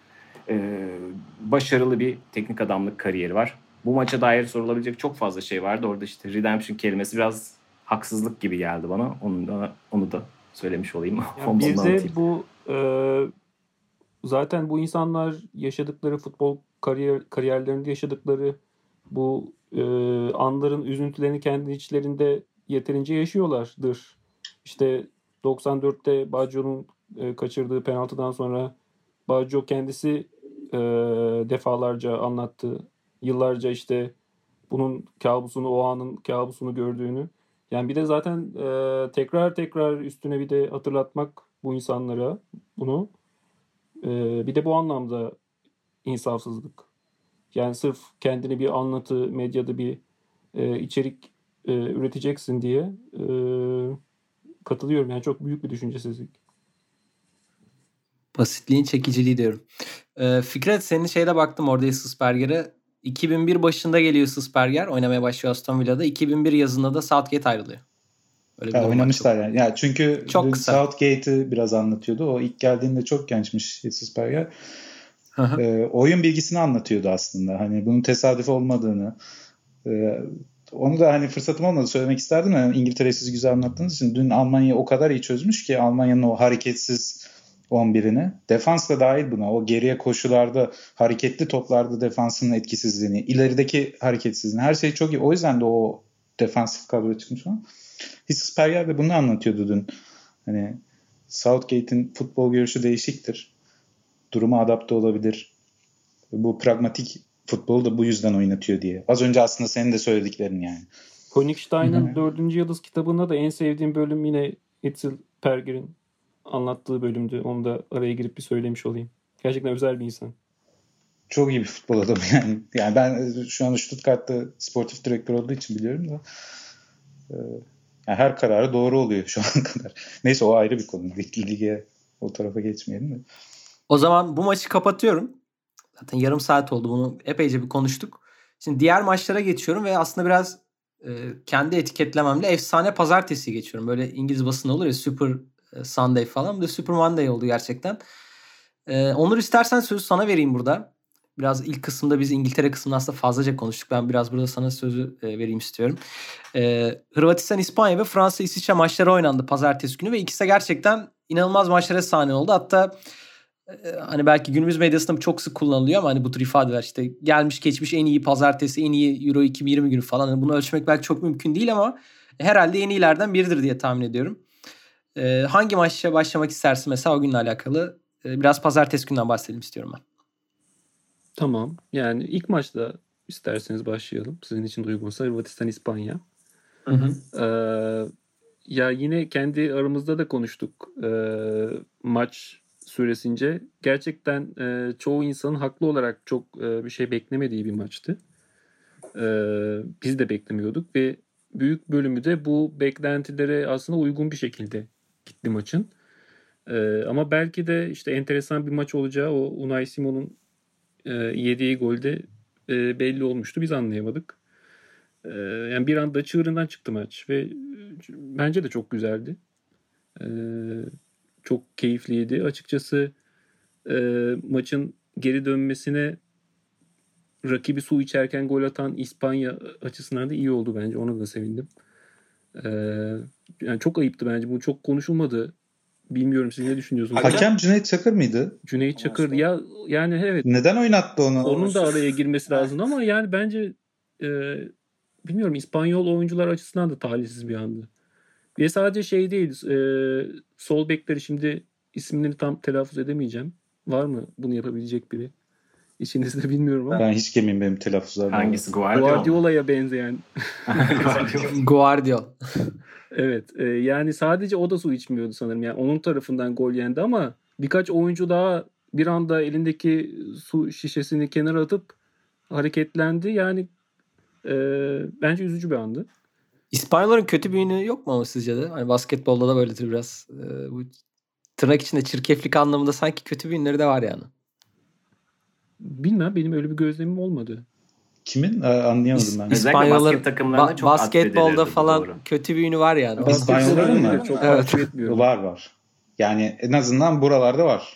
e, başarılı bir teknik adamlık kariyeri var. Bu maça dair sorulabilecek çok fazla şey vardı. Orada işte redemption kelimesi biraz haksızlık gibi geldi bana. Onu da onu da söylemiş olayım. Yani bir de bu e, zaten bu insanlar yaşadıkları futbol kariyer kariyerlerinde yaşadıkları bu e, anların üzüntülerini kendi içlerinde yeterince yaşıyorlardır. İşte doksan dörtte Baggio'nun e, kaçırdığı penaltıdan sonra Baggio kendisi e, defalarca anlattı. Yıllarca işte bunun kabusunu, o anın kabusunu gördüğünü. Yani bir de zaten e, tekrar tekrar üstüne bir de hatırlatmak bu insanlara bunu. E, bir de bu anlamda insafsızlık. Yani sırf kendini bir anlatı, medyada bir e, içerik e, üreteceksin diye e, katılıyorum. Yani çok büyük bir düşüncesizlik. Basitliğin çekiciliği diyorum. E, Fikret, senin şeyde baktım orada Susperger'e. iki bin bir başında geliyor Susperger. Oynamaya başlıyor Aston Villa'da. iki bin bir yazında da Southgate ayrılıyor. Öyle ya oynamışlar yani. Ya çünkü Southgate'i biraz anlatıyordu. O ilk geldiğinde çok gençmiş Susperger. E, oyun bilgisini anlatıyordu aslında. Hani bunun tesadüf olmadığını. E, onu da hani fırsatım olmadı söylemek isterdim. Yani İngiltere'yi siz güzel anlattığınız için dün Almanya o kadar iyi çözmüş ki Almanya'nın o hareketsiz on birini. Defans da dahil buna. O geriye koşularda, hareketli toplarda defansının etkisizliğini, ilerideki hareketsizliğini, her şey çok iyi. O yüzden de o defansif kadro çıkmış falan. Susperger de bunu anlatıyordu dün. Hani Southgate'in futbol görüşü değişiktir. Duruma adapte olabilir. Bu pragmatik futbolu da bu yüzden oynatıyor diye. Az önce aslında senin de söylediklerin yani. Königstein'ın dördüncü Yıldız kitabında da en sevdiğim bölüm yine Edsel Perger'in anlattığı bölümdü. Onu da araya girip bir söylemiş olayım. Gerçekten özel bir insan. çok iyi bir futbol adamı yani. Yani ben şu an Stuttgart'ta sportif direktör olduğu için biliyorum da e, yani her kararı doğru oluyor şu ana kadar. Neyse o ayrı bir konu. Lige o tarafa geçmeyelim de. O zaman bu maçı kapatıyorum. Zaten yarım saat oldu. Bunu epeyce bir konuştuk. Şimdi diğer maçlara geçiyorum ve aslında biraz e, kendi etiketlememle efsane pazartesi geçiyorum. Böyle İngiliz basını olur ya, Super Sunday falan. Bu da Super Monday oldu gerçekten. E, Onur, istersen sözü sana vereyim burada. Biraz ilk kısımda biz İngiltere kısmında aslında fazlaca konuştuk. Ben biraz burada sana sözü e, vereyim istiyorum. E, Hırvatistan, İspanya ve Fransa, İsviçre maçları oynandı pazartesi günü ve ikisi de gerçekten inanılmaz maçlara sahne oldu. Hatta e, hani belki günümüz medyasında çok sık kullanılıyor ama hani bu tür ifadeler işte gelmiş geçmiş en iyi pazartesi, en iyi Euro iki bin yirmi günü falan. Yani bunu ölçmek belki çok mümkün değil ama herhalde en iyilerden biridir diye tahmin ediyorum. E, hangi maçla başlamak istersin mesela o günle alakalı? E, biraz pazartesi günden bahsedelim istiyorum ben. Tamam. Yani ilk maçta isterseniz başlayalım. Sizin için de uygunsa Hırvatistan, İspanya. Hı hı. Ee, ya yine kendi aramızda da konuştuk ee, maç süresince. Gerçekten e, çoğu insanın haklı olarak çok e, bir şey beklemediği bir maçtı. Ee, biz de beklemiyorduk ve büyük bölümü de bu beklentilere aslında uygun bir şekilde gitti maçın. Ee, ama belki de işte enteresan bir maç olacağı o Unai Simon'un e, yediği golde e, belli olmuştu. Biz anlayamadık. E, yani bir anda çığırından çıktı maç ve e, bence de çok güzeldi. E, çok keyifliydi. Açıkçası e, maçın geri dönmesine rakibi su içerken gol atan İspanya açısından da iyi oldu bence. Ona da sevindim. E, yani çok ayıptı bence. Bu çok konuşulmadı. Bilmiyorum, siz ne düşünüyorsunuz? Hakem Cüneyt Çakır mıydı? Cüneyt Çakır ya, yani evet. Neden oynattı onu? Onun da araya girmesi lazım ama yani bence e, bilmiyorum, İspanyol oyuncular açısından da talihsiz bir andı. Ve sadece şey değil, e, sol bekleri şimdi isimlerini tam telaffuz edemeyeceğim. Var mı bunu yapabilecek biri? İçinizde bilmiyorum ama. Ben hiç gemiyim benim telaffuzlarım. Hangisi? Guardiola? Guardiola'ya benzeyen. Guardiola. Evet. E, yani sadece o da su içmiyordu sanırım. Yani onun tarafından gol yendi ama birkaç oyuncu daha bir anda elindeki su şişesini kenara atıp hareketlendi. Yani e, bence üzücü bir andı. İspanyolların kötü bir yönü yok mu ama sizce de? Hani basketbolda da böyledir biraz. Ee, bu tırnak içinde çirkeflik anlamında sanki kötü bir yönleri de var yani. Bilmem, benim öyle bir gözlemim olmadı. Kimin? Ee, anlayamadım ben. İspanyollar basket takımlarında ba- çok basketbolda atfedilirdi, falan doğru. kötü bir yönü var yani. İspanyolların mı? Çok Evet. takip etmiyorum. Var var. Yani en azından buralarda var.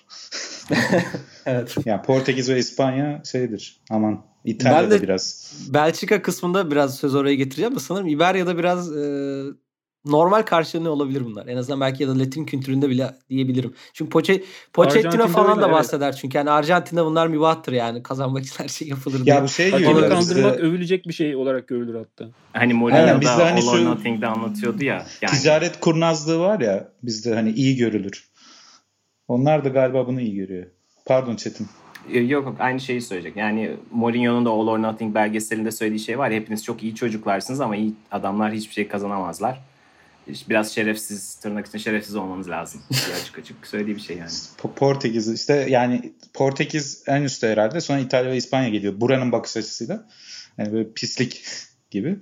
Evet. Yani Portekiz ve İspanya şeydir. Aman İtalya'da Ben de biraz. Belçika kısmında biraz söz oraya getireceğim de sanırım İberya'da biraz e, normal karşılığı olabilir bunlar. En azından belki ya da Latin kültüründe bile diyebilirim. Çünkü Poche, Pochettino Arjantin'de falan öyle, da evet. bahseder. Çünkü yani Arjantin'de bunlar mübahtır yani. Kazanmak için her şey yapılır Ya diye. bu şey gibi. Hakemi bizde- kandırmak övülecek bir şey olarak görülür hatta. Hani Aynen, Mourinho bizde da hani All or şu Nothing'de anlatıyordu ya. Yani. Ticaret kurnazlığı var ya bizde hani iyi görülür. Onlar da galiba bunu iyi görüyor. Pardon Çetin. Yok yok, aynı şeyi söyleyecek. Yani Mourinho'nun da All or Nothing belgeselinde söylediği şey var ya, hepiniz çok iyi çocuklarsınız ama iyi adamlar hiçbir şey kazanamazlar. Biraz şerefsiz, tırnak içinde şerefsiz olmanız lazım. açık açık söylediği bir şey yani. Portekiz işte yani Portekiz en üstte herhalde. Sonra İtalya ve İspanya geliyor. Buranın bakış açısıyla. Yani böyle pislik gibi.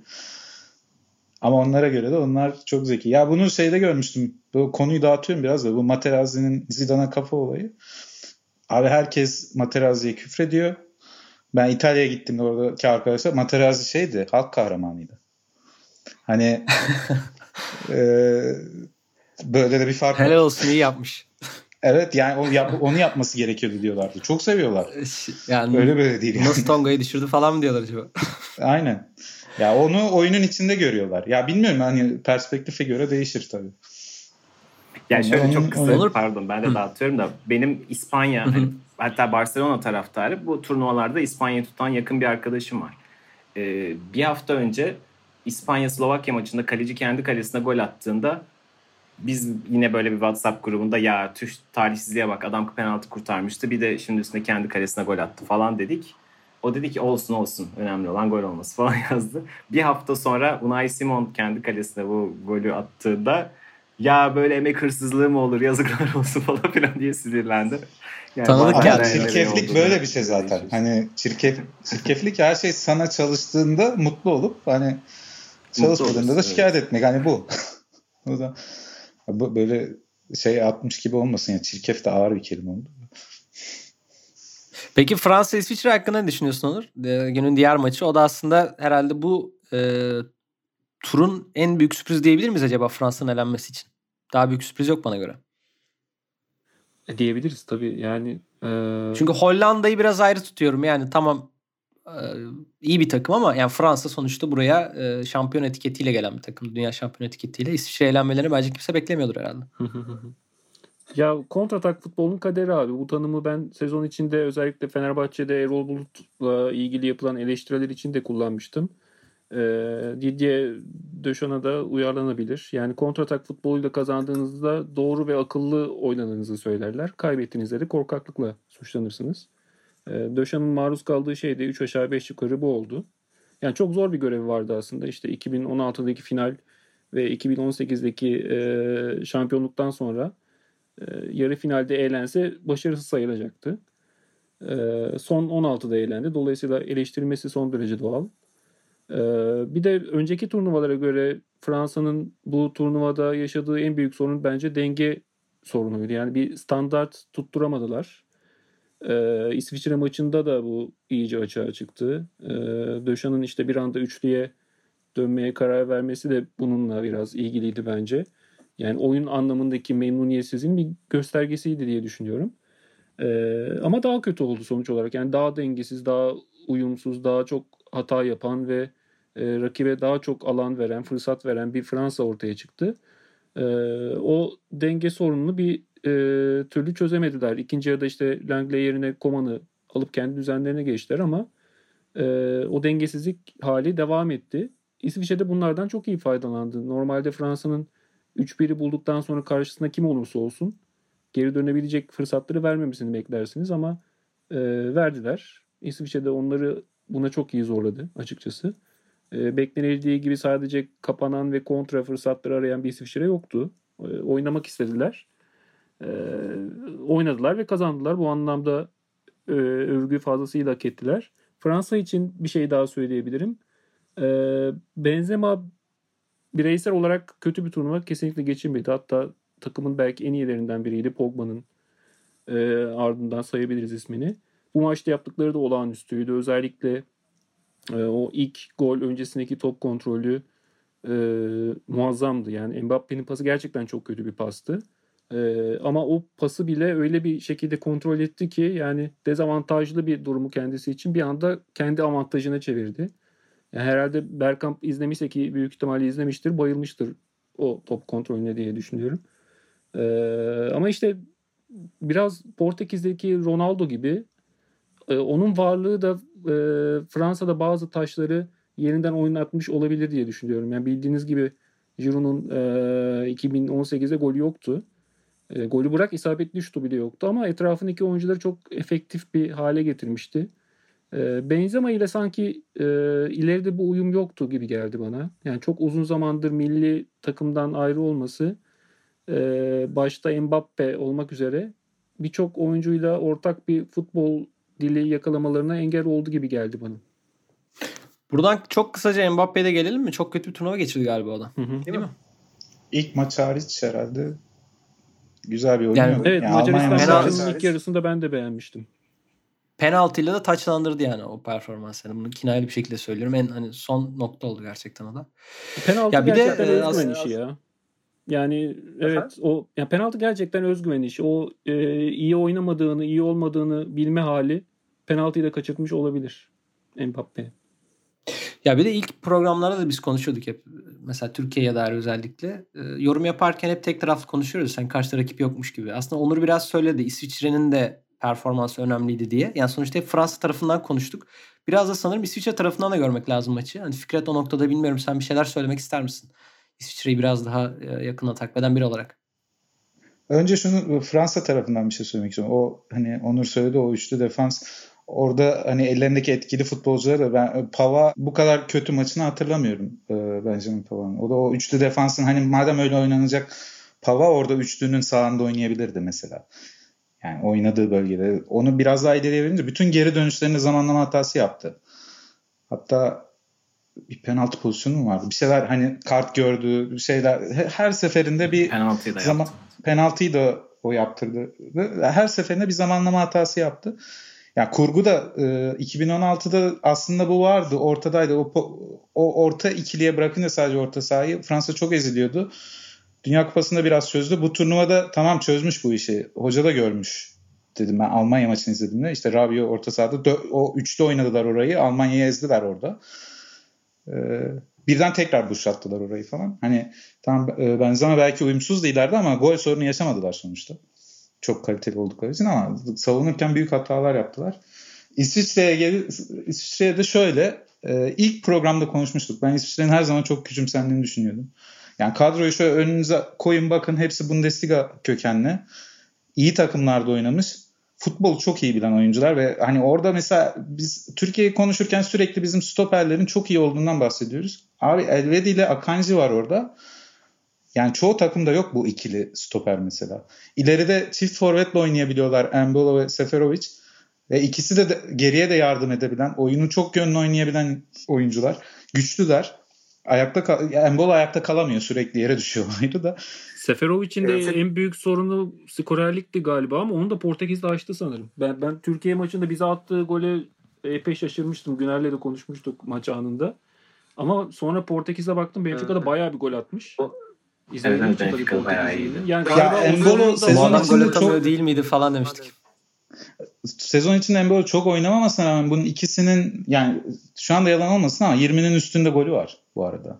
Ama onlara göre de onlar çok zeki. Ya bunu şeyde görmüştüm. Bu konuyu dağıtıyorum biraz da. Bu Materazzi'nin Zidane'a kafa olayı. Abi herkes Materazzi'ye küfrediyor. Ben İtalya'ya gittim oradaki arkadaşlar. Materazzi şeydi, halk kahramanıydı. Hani e, böyle de bir fark var. Helal olsun, iyi yapmış. Evet yani onu, yap, onu yapması gerekiyordu diyorlardı. Çok seviyorlar. Yani Öyle böyle değil. Yani. nasıl Tonga'yı düşürdü falan mı diyorlar acaba? Aynen. Ya onu oyunun içinde görüyorlar. Ya bilmiyorum hani perspektife göre değişir tabii. Yani şöyle Onun- çok kısa, Olur. pardon ben de dağıtıyorum da benim İspanya hani, hatta Barcelona taraftarı, bu turnuvalarda İspanya'yı tutan yakın bir arkadaşım var. Ee, bir hafta önce İspanya-Slovakya maçında kaleci kendi kalesine gol attığında biz yine böyle bir WhatsApp grubunda ya tüh talihsizliğe bak, adam penaltı kurtarmıştı, bir de şimdi üstüne kendi kalesine gol attı falan dedik. O dedi ki olsun olsun, önemli olan gol olması falan yazdı. Bir hafta sonra Unai Simon kendi kalesine bu golü attığında ya böyle emek hırsızlığı mı olur, yazıklar olsun falan filan diye sinirlendi. Yani tanıdık ama çirkeflik böyle bir şey zaten. Hani çirkef, çirkeflik her şey sana çalıştığında mutlu olup hani çalışmadığında da şikayet evet. etmek. Hani bu. O da böyle şey atmış gibi olmasın ya. Çirkef de ağır bir kelime oldu. Peki Fransa İsviçre hakkında ne düşünüyorsun Onur? Ee, günün diğer maçı. O da aslında herhalde bu e, turun en büyük sürpriz diyebilir miyiz acaba Fransa'nın elenmesi için? Daha büyük sürpriz yok bana göre. E, diyebiliriz tabii yani. E... Çünkü Hollanda'yı biraz ayrı tutuyorum. Yani tamam e, iyi bir takım ama yani Fransa sonuçta buraya e, şampiyon etiketiyle gelen bir takım. Dünya şampiyon etiketiyle. İsviçre elenmelerini bence kimse beklemiyordur herhalde. Ya kontratak futbolun kaderi abi. Bu tanımı ben sezon içinde özellikle Fenerbahçe'de Erol Bulut'la ilgili yapılan eleştiriler için de kullanmıştım. Ee, Didier Deschamps da uyarlanabilir. Yani kontratak futboluyla kazandığınızda doğru ve akıllı oynadığınızı söylerler. Kaybettiğinizde de korkaklıkla suçlanırsınız. Ee, Dechamps'ın maruz kaldığı şey de üç aşağı beş yukarı bu oldu. Yani çok zor bir görevi vardı aslında. İşte iki bin on altıdaki final ve iki bin on sekizdeki e, şampiyonluktan sonra e, yarı finalde eğlense başarısız sayılacaktı. E, son on altıda eğlendi. Dolayısıyla eleştirilmesi son derece doğal. E, bir de önceki turnuvalara göre Fransa'nın bu turnuvada yaşadığı en büyük sorun bence denge sorunuydu. Yani bir standart tutturamadılar. Ee, İsviçre maçında da bu iyice açığa çıktı. Ee, Dechamps'ın işte bir anda üçlüye dönmeye karar vermesi de bununla biraz ilgiliydi bence. Yani oyun anlamındaki memnuniyetsizliğin bir göstergesiydi diye düşünüyorum. Ee, ama daha kötü oldu sonuç olarak. Yani daha dengesiz, daha uyumsuz, daha çok hata yapan ve e, rakibe daha çok alan veren, fırsat veren bir Fransa ortaya çıktı. Ee, o denge sorununu bir e, türlü çözemediler. İkinci yarıda işte Langley yerine Coman'ı alıp kendi düzenlerine geçtiler ama e, o dengesizlik hali devam etti. İsviçre de bunlardan çok iyi faydalandı. Normalde Fransa'nın üç biri bulduktan sonra karşısında kim olursa olsun geri dönebilecek fırsatları vermemesini beklersiniz ama e, verdiler. İsviçre de onları buna çok iyi zorladı açıkçası. E, beklenildiği gibi sadece kapanan ve kontra fırsatları arayan bir İsviçre yoktu. E, oynamak istediler. E, oynadılar ve kazandılar. Bu anlamda e, övgü fazlasıyla hak ettiler. Fransa için bir şey daha söyleyebilirim. E, Benzema bireysel olarak kötü bir turnuva kesinlikle geçirmedi. Hatta takımın belki en iyilerinden biriydi. Pogba'nın e, ardından sayabiliriz ismini. Bu maçta yaptıkları da olağanüstüydü. Özellikle e, o ilk gol öncesindeki top kontrolü e, muazzamdı. Yani Mbappe'nin pası gerçekten çok kötü bir pastı. E, ama o pası bile öyle bir şekilde kontrol etti ki yani dezavantajlı bir durumu kendisi için bir anda kendi avantajına çevirdi. Yani herhalde Bergkamp izlemişse ki büyük ihtimalle izlemiştir, bayılmıştır o top kontrolüne diye düşünüyorum. Ee, ama işte biraz Portekiz'deki Ronaldo gibi e, onun varlığı da e, Fransa'da bazı taşları yeniden oynatmış olabilir diye düşünüyorum. Yani bildiğiniz gibi Giroud'un e, iki bin on sekizde golü yoktu. E, golü bırak isabetli şutu bile yoktu ama etrafındaki oyuncuları çok efektif bir hale getirmişti. E, Benzema ile sanki e, ileride bu uyum yoktu gibi geldi bana. Yani çok uzun zamandır milli takımdan ayrı olması, e, başta Mbappe olmak üzere birçok oyuncuyla ortak bir futbol dili yakalamalarına engel oldu gibi geldi bana. Buradan çok kısaca Mbappe'ye de gelelim mi? Çok kötü bir turnuva geçirdi galiba o da. Hı hı. Değil mi? İlk maç hariç herhalde güzel bir oyun yani, yok. Evet, yani Macaristan maçının ilk yarısında ben de beğenmiştim. Penaltıyla da taçlandırdı yani o performansını. Bunu kinayeli bir şekilde söylüyorum. En hani son nokta oldu gerçekten o da. Penaltı ya gerçekten de, özgüven işi ya. Yani evet Aha. o ya penaltı gerçekten özgüven işi. O e, iyi oynamadığını, iyi olmadığını bilme hali penaltıyı da kaçırmış olabilir Mbappe. Ya bir de ilk programlarda da biz konuşuyorduk hep. Mesela Türkiye'ye dair özellikle. E, yorum yaparken hep tek taraflı konuşuyoruz. Sen karşıda rakip yokmuş gibi. Aslında Onur biraz söyledi. İsviçre'nin de performansı önemliydi diye. Yani sonuçta hep Fransa tarafından konuştuk. Biraz da sanırım İsviçre tarafından da görmek lazım maçı. Hani Fikret o noktada bilmiyorum. Sen bir şeyler söylemek ister misin? İsviçre'yi biraz daha yakından takip eden biri olarak. Önce şunu Fransa tarafından bir şey söylemek istiyorum. O hani Onur söyledi o üçlü defans. Orada hani ellerindeki etkili futbolcuları da ben Pava bu kadar kötü maçını hatırlamıyorum e, Benjamin Pava'nın. O da o üçlü defansın hani madem öyle oynanacak Pava orada üçlünün sağında oynayabilirdi mesela. Yani oynadığı bölgede. Onu biraz daha ileriye verince bütün geri dönüşlerinde zamanlama hatası yaptı. Hatta bir penaltı pozisyonu mu vardı? Bir şeyler hani kart gördü, bir şeyler her seferinde bir penaltıyı da zaman yaptı. Penaltıyı da o yaptırdı. Her seferinde bir zamanlama hatası yaptı. Yani kurgu da e, iki bin on altıda aslında bu vardı, ortadaydı. O, o orta ikiliye bırakınca sadece orta sahayı Fransa çok eziliyordu. Dünya Kupası'nda biraz çözdü. Bu turnuvada tamam çözmüş bu işi. Hoca da görmüş dedim ben Almanya maçını izlediğimde. İşte Rabiot orta sahada dö- o üçlü oynadılar orayı. Almanya'yı ezdiler orada. Ee, birden tekrar boşalttılar orayı falan. Hani tamam e, Benzema belki uyumsuz değillerdi ama gol sorunu yaşamadılar sonuçta. Çok kaliteli oldukları için ama savunurken büyük hatalar yaptılar. İsviçre'ye gel İsviçre'ye de şöyle e, ilk programda konuşmuştuk. Ben İsviçre'nin her zaman çok küçümsendiğini düşünüyordum. Yani kadroyu şöyle önünüze koyun bakın hepsi Bundesliga kökenli. İyi takımlarda oynamış. Futbolu çok iyi bilen oyuncular ve hani orada mesela biz Türkiye'yi konuşurken sürekli bizim stoperlerin çok iyi olduğundan bahsediyoruz. Abi Elvedi ile Akanji var orada. Yani çoğu takımda yok bu ikili stoper mesela. İleride çift forvetle oynayabiliyorlar Embolo ve Seferovic. Ve ikisi de, de geriye de yardım edebilen, oyunu çok yönlü oynayabilen oyuncular. Güçlüler. Ayakta kal- Embolo ayakta kalamıyor, sürekli yere düşüyor ayrı da. Seferovic'in de evet. En büyük sorunu skorerlikti galiba ama onu da Portekiz'de açtı sanırım. Ben ben Türkiye maçında bize attığı gole epey şaşırmıştım. Güner'le de konuşmuştuk maç anında. Ama sonra Portekiz'e baktım. Benfica'da bayağı bir gol atmış. Evet, evet Benfica bayağı iyiydi. Yani galiba ya Embolo sezon içinde çok değil miydi falan demiştik. Sezon içinde Embolo çok oynamamasına rağmen bunun ikisinin yani şu anda yalan olmasın ama yirminin üstünde golü var bu arada.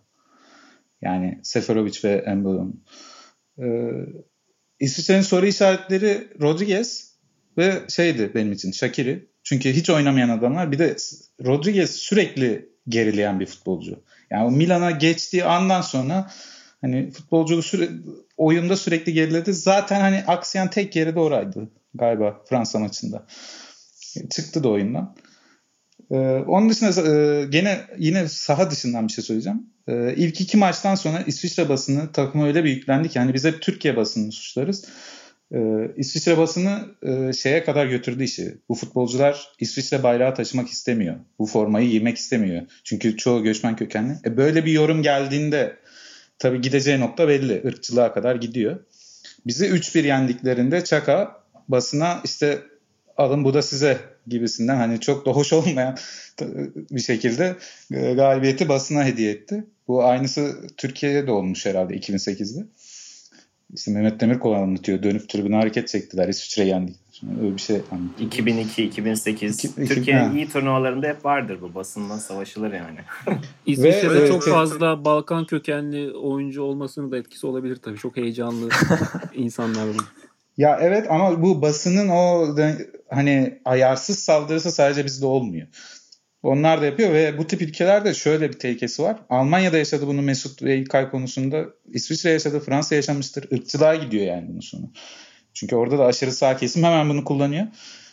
Yani Seferovic ve Embolo'nun. Ee, İsviçre'nin soru işaretleri Rodriguez ve şeydi benim için Shaqiri. Çünkü hiç oynamayan adamlar. Bir de Rodriguez sürekli gerileyen bir futbolcu. Yani o Milan'a geçtiği andan sonra hani futbolcu süre, oyunda sürekli geriledi. Zaten hani aksayan tek yeri de oraydı galiba Fransa maçında. Çıktı da oyundan. Ee, onun dışında e, gene yine saha dışından bir şey söyleyeceğim. Ee, ilk iki maçtan sonra İsviçre basını takıma öyle bir yüklendi ki hani biz hep Türkiye basınını suçlarız. Ee, İsviçre basını e, şeye kadar götürdü işi. Bu futbolcular İsviçre bayrağı taşımak istemiyor. Bu formayı giymek istemiyor. Çünkü çoğu göçmen kökenli. E, böyle bir yorum geldiğinde tabii gideceği nokta belli. Irkçılığa kadar gidiyor. Bizi üç bir yendiklerinde Çaka basına işte alın bu da size gibisinden hani çok da hoş olmayan bir şekilde galibiyeti basına hediye etti. Bu aynısı Türkiye'de de olmuş herhalde iki bin sekizde. İşte Mehmet Demirkol anlatıyor. Dönüp tribüne hareket çektiler. İsviçre'yi yendik. Öyle bir şey anlatıyor. iki bin iki iki bin sekiz İki, Türkiye'nin iyi turnuvalarında hep vardır bu. Basından savaşılır yani. İsviçre'de Ve, çok e, fazla Balkan kökenli oyuncu olmasının da etkisi olabilir tabii. Çok heyecanlı insanlar var. Ya evet ama bu basının o hani ayarsız saldırısı sadece bizde olmuyor. Onlar da yapıyor ve bu tip ülkelerde şöyle bir tehlikesi var. Almanya'da yaşadı bunu Mesut ve İlkay konusunda. İsviçre yaşadı, Fransa yaşamıştır. Irkçılığa gidiyor yani bunun sonu. Çünkü orada da aşırı sağ kesim hemen bunu kullanıyor.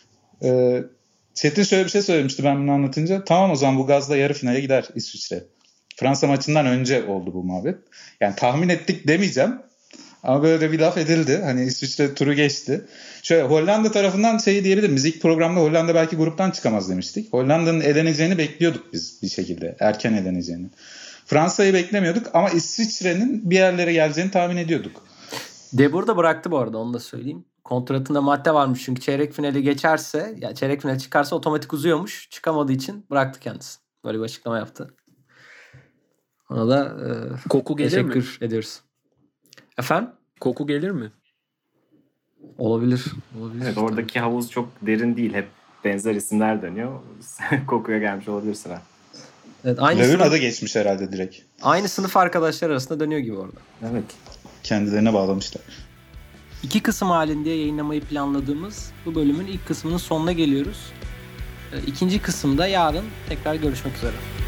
Ee, Çetin şöyle bir şey söylemişti ben bunu anlatınca. Tamam o zaman bu gazla yarı finale gider İsviçre. Fransa maçından önce oldu bu muhabbet. Yani tahmin ettik demeyeceğim. Ama böyle bir laf edildi. Hani İsviçre turu geçti. Şöyle Hollanda tarafından şeyi diyebilirim. Biz ilk programda Hollanda belki gruptan çıkamaz demiştik. Hollanda'nın eleneceğini bekliyorduk biz bir şekilde. Erken eleneceğini. Fransa'yı beklemiyorduk ama İsviçre'nin bir yerlere geleceğini tahmin ediyorduk. De Boer da bıraktı bu arada onu da söyleyeyim. Kontratında madde varmış çünkü çeyrek finali geçerse ya çeyrek finali çıkarsa otomatik uzuyormuş. Çıkamadığı için bıraktı kendisi. Böyle bir açıklama yaptı. Ona da e, Koku gelir teşekkür mi? ediyoruz. Efendim? Koku gelir mi? Olabilir. Olabilir. Evet, oradaki havuz çok derin değil. Hep benzer isimler dönüyor. Kokuya gelmiş olabilir sıra. Evet, aynı Löw'ün sınıf, adı geçmiş herhalde direkt. aynı sınıf arkadaşlar arasında dönüyor gibi orada. Evet. Kendilerine bağlamışlar. İki kısım halinde yayınlamayı planladığımız bu bölümün ilk kısmının sonuna geliyoruz. İkinci kısımda yarın tekrar görüşmek üzere.